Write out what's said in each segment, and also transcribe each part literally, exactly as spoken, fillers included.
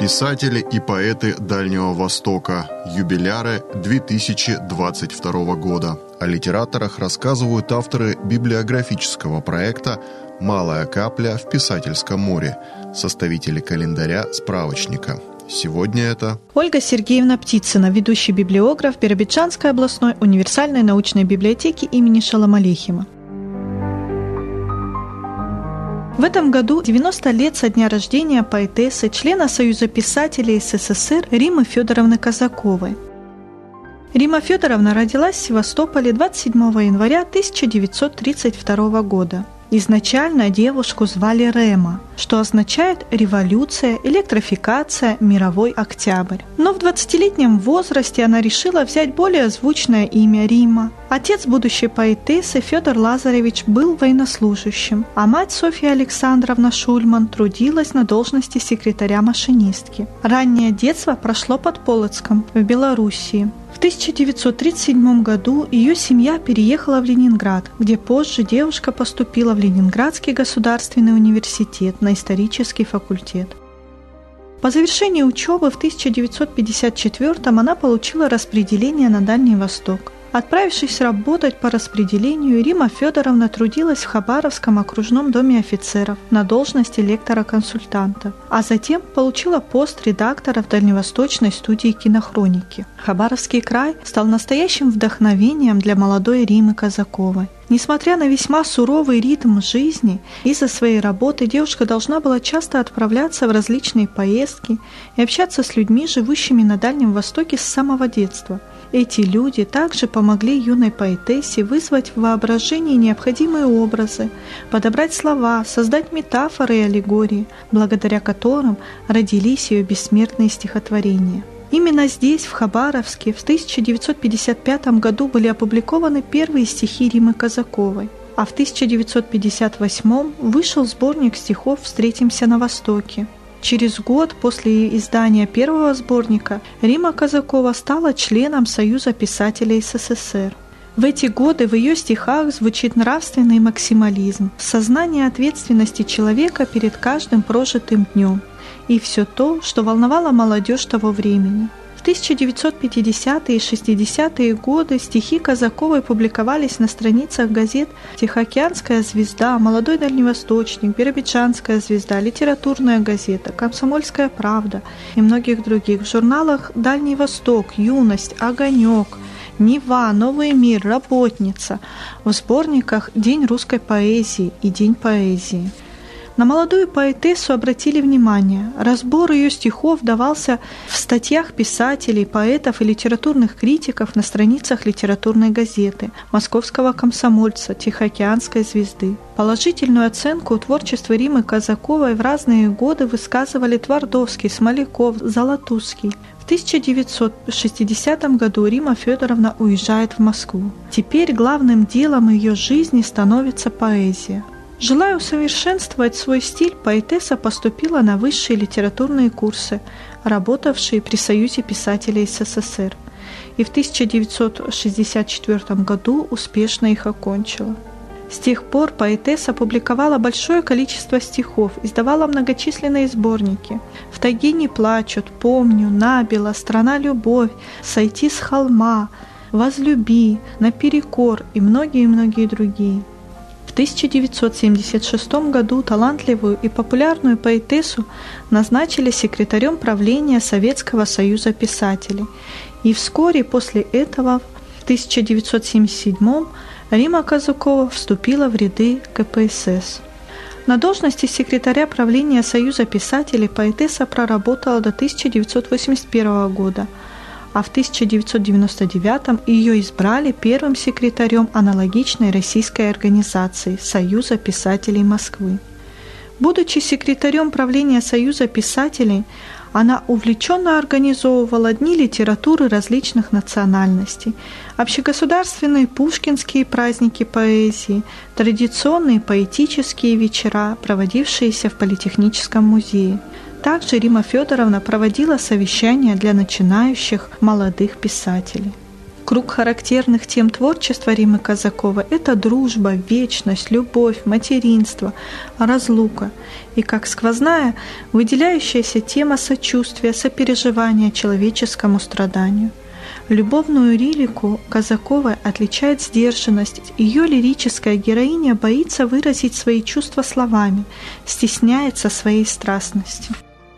Писатели и поэты Дальнего Востока. Юбиляры две тысячи двадцать второго года. О литераторах рассказывают авторы библиографического проекта «Малая капля в писательском море», составители календаря справочника. Сегодня это Ольга Сергеевна Птицына, ведущий библиограф Биробиджанской областной универсальной научной библиотеки имени Шолома Алейхима. В этом году девяносто лет со дня рождения поэтессы, члена Союза писателей СССР Риммы Федоровны Казаковой. Римма Федоровна родилась в Севастополе двадцать седьмого января тысяча девятьсот тридцать второго года. Изначально девушку звали Рема, что означает «революция», «электрификация», «мировой октябрь». Но в двадцатилетнем возрасте она решила взять более звучное имя Римма. Отец будущей поэтессы Федор Лазаревич был военнослужащим, а мать Софья Александровна Шульман трудилась на должности секретаря-машинистки. Раннее детство прошло под Полоцком, в Белоруссии. В тысяча девятьсот тридцать седьмом году ее семья переехала в Ленинград, где позже девушка поступила в Ленинградский государственный университет на исторический факультет. По завершении учебы в тысяча девятьсот пятьдесят четвёртом она получила распределение на Дальний Восток. Отправившись работать по распределению, Римма Федоровна трудилась в Хабаровском окружном доме офицеров на должности лектора-консультанта, а затем получила пост редактора в Дальневосточной студии кинохроники. Хабаровский край стал настоящим вдохновением для молодой Риммы Казаковой. Несмотря на весьма суровый ритм жизни, из-за своей работы девушка должна была часто отправляться в различные поездки и общаться с людьми, живущими на Дальнем Востоке с самого детства. Эти люди также помогли юной поэтессе вызвать в воображении необходимые образы, подобрать слова, создать метафоры и аллегории, благодаря которым родились ее бессмертные стихотворения. Именно здесь, в Хабаровске, в тысяча девятьсот пятьдесят пятом году были опубликованы первые стихи Риммы Казаковой, а в тысяча девятьсот пятьдесят восьмом вышел сборник стихов «Встретимся на Востоке». Через год после издания первого сборника Римма Казакова стала членом Союза писателей СССР. В эти годы в ее стихах звучит нравственный максимализм, сознание ответственности человека перед каждым прожитым днем и все то, что волновало молодежь того времени. В тысяча девятьсот пятидесятые и шестидесятые годы стихи Казаковой публиковались на страницах газет «Тихоокеанская звезда», «Молодой дальневосточник», «Биробиджанская звезда», «Литературная газета», «Комсомольская правда» и многих других, в журналах «Дальний Восток», «Юность», «Огонек», «Нева», «Новый мир», «Работница», в сборниках «День русской поэзии» и «День поэзии». На молодую поэтессу обратили внимание. Разбор ее стихов давался в статьях писателей, поэтов и литературных критиков на страницах литературной газеты, Московского комсомольца, Тихоокеанской звезды. Положительную оценку творчеству Риммы Казаковой в разные годы высказывали Твардовский, Смоляков, Золотузский. В тысяча девятьсот шестидесятом году Римма Федоровна уезжает в Москву. Теперь главным делом ее жизни становится поэзия. Желая усовершенствовать свой стиль, поэтесса поступила на высшие литературные курсы, работавшие при Союзе писателей СССР, и в тысяча девятьсот шестьдесят четвёртом году успешно их окончила. С тех пор поэтесса публиковала большое количество стихов, издавала многочисленные сборники «В тайге не плачут», «Помню», «Набело», «Страна любовь», «Сойти с холма», «Возлюби», «Наперекор» и многие-многие другие. В тысяча девятьсот семьдесят шестом году талантливую и популярную поэтессу назначили секретарем правления Советского союза писателей, и вскоре после этого, в тысяча девятьсот семьдесят седьмом, Римма Казакова вступила в ряды ка пэ эс эс. На должности секретаря правления Союза писателей поэтесса проработала до тысяча девятьсот восемьдесят первого года, а в тысяча девятьсот девяносто девятом ее избрали первым секретарем аналогичной российской организации Союза писателей Москвы. Будучи секретарем правления Союза писателей, она увлеченно организовывала дни литературы различных национальностей, общегосударственные пушкинские праздники поэзии, традиционные поэтические вечера, проводившиеся в Политехническом музее. Также Римма Федоровна проводила совещания для начинающих молодых писателей. Круг характерных тем творчества Риммы Казаковой – это дружба, вечность, любовь, материнство, разлука и, как сквозная, выделяющаяся тема сочувствия, сопереживания человеческому страданию. Любовную лирику Казаковой отличает сдержанность. Ее лирическая героиня боится выразить свои чувства словами, стесняется своей страстности.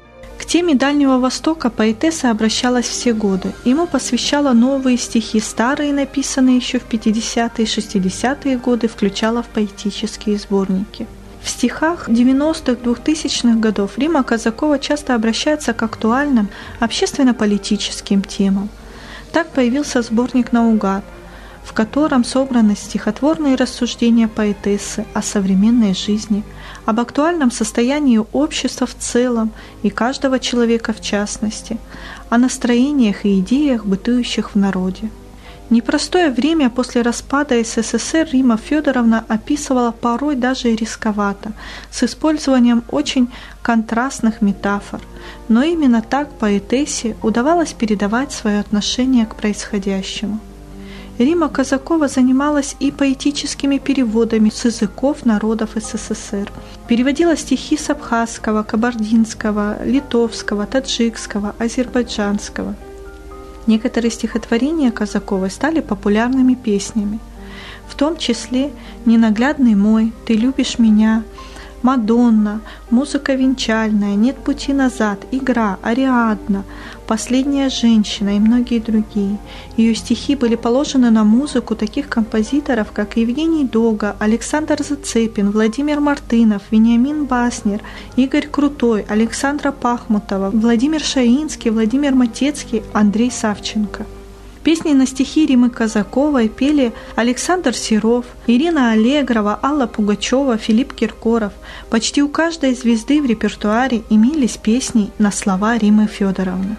К теме Дальнего Востока поэтесса обращалась все годы. Ему посвящала новые стихи, старые, написанные еще в пятидесятые и шестидесятые годы, включала в поэтические сборники. В стихах девяностых, двухтысячных годов Римма Казакова часто обращается к актуальным общественно-политическим темам. Так появился сборник «Наугад», в котором собраны стихотворные рассуждения поэтессы о современной жизни, об актуальном состоянии общества в целом и каждого человека в частности, о настроениях и идеях, бытующих в народе. Непростое время после распада СССР Римма Фёдоровна описывала порой даже и рисковато, с использованием очень контрастных метафор, но именно так поэтессе удавалось передавать свое отношение к происходящему. Римма Казакова занималась и поэтическими переводами с языков народов СССР. Переводила стихи с абхазского, кабардинского, литовского, таджикского, азербайджанского. Некоторые стихотворения Казаковой стали популярными песнями, в том числе «Ненаглядный мой», «Ты любишь меня», «Мадонна», «Музыка венчальная», «Нет пути назад», «Игра», «Ариадна», «Последняя женщина» и многие другие. Ее стихи были положены на музыку таких композиторов, как Евгений Дога, Александр Зацепин, Владимир Мартынов, Вениамин Баснер, Игорь Крутой, Александра Пахмутова, Владимир Шаинский, Владимир Матецкий, Андрей Савченко. Песни на стихи Риммы Казаковой пели Александр Серов, Ирина Аллегрова, Алла Пугачева, Филипп Киркоров. Почти у каждой звезды в репертуаре имелись песни на слова Риммы Фёдоровны.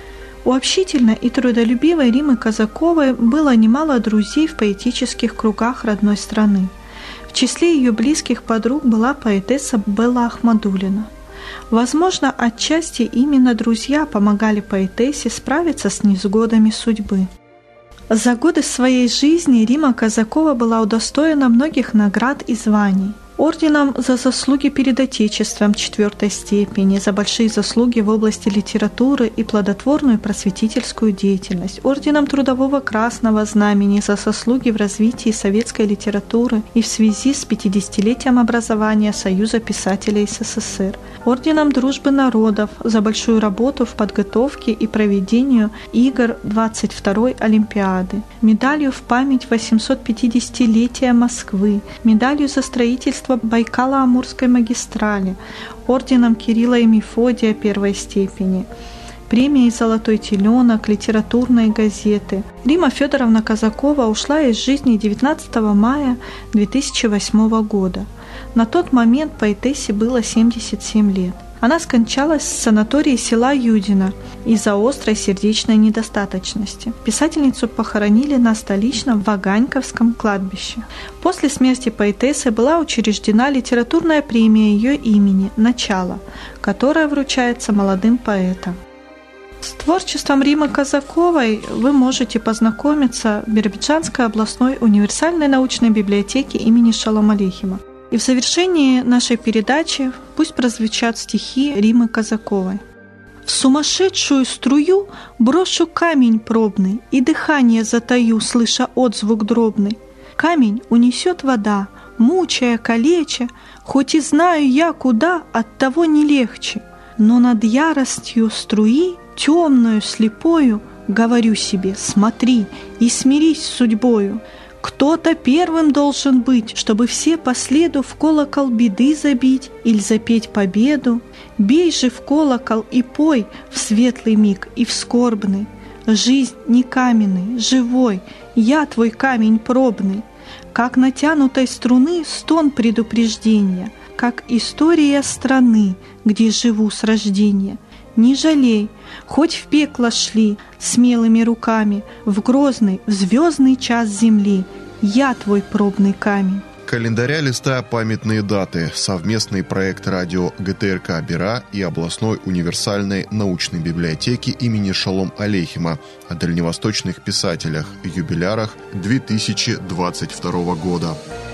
У общительной и трудолюбивой Риммы Казаковой было немало друзей в поэтических кругах родной страны. В числе ее близких подруг была поэтесса Белла Ахмадуллина. Возможно, отчасти именно друзья помогали поэтессе справиться с невзгодами судьбы. За годы своей жизни Римма Казакова была удостоена многих наград и званий. Орденом за заслуги перед Отечеством четвертой степени, за большие заслуги в области литературы и плодотворную просветительскую деятельность, орденом Трудового Красного Знамени за заслуги в развитии советской литературы и в связи с пятидесятилетием образования Союза писателей СССР, орденом Дружбы народов за большую работу в подготовке и проведению игр двадцать второй Олимпиады, медалью в память восьмисотпятидесятилетия Москвы, медалью за строительство Байкало-Амурской магистрали, орденом Кирилла и Мефодия первой степени, премией «Золотой теленок», литературной газеты. Римма Фёдоровна Казакова ушла из жизни девятнадцатого мая две тысячи восьмого года. На тот момент поэтессе было семьдесят семь лет. Она скончалась в санатории села Юдино из-за острой сердечной недостаточности. Писательницу похоронили на столичном Ваганьковском кладбище. После смерти поэтессы была учреждена литературная премия ее имени «Начало», которая вручается молодым поэтам. С творчеством Риммы Казаковой вы можете познакомиться в Биробиджанской областной универсальной научной библиотеке имени Шолом Алейхема. И в завершении нашей передачи пусть прозвучат стихи Риммы Казаковой. «В сумасшедшую струю брошу камень пробный, и дыхание затаю, слыша отзвук дробный. Камень унесет вода, мучая, калеча, хоть и знаю я куда, оттого не легче. Но над яростью струи, темную, слепою, говорю себе: смотри и смирись с судьбою. Кто-то первым должен быть, чтобы все по следу в колокол беды забить или запеть победу. Бей же в колокол и пой в светлый миг и в скорбный. Жизнь не каменный, живой, я твой камень пробный. Как натянутой струны стон предупреждения, как история страны, где живу с рождения. Не жалей, хоть в пекло шли смелыми руками, в грозный, в звездный час земли, я твой пробный камень». Календаря листая памятные даты. Совместный проект радио ГТРК «Бера» и областной универсальной научной библиотеки имени Шолом Алейхима о дальневосточных писателях, юбилярах две тысячи двадцать второго года.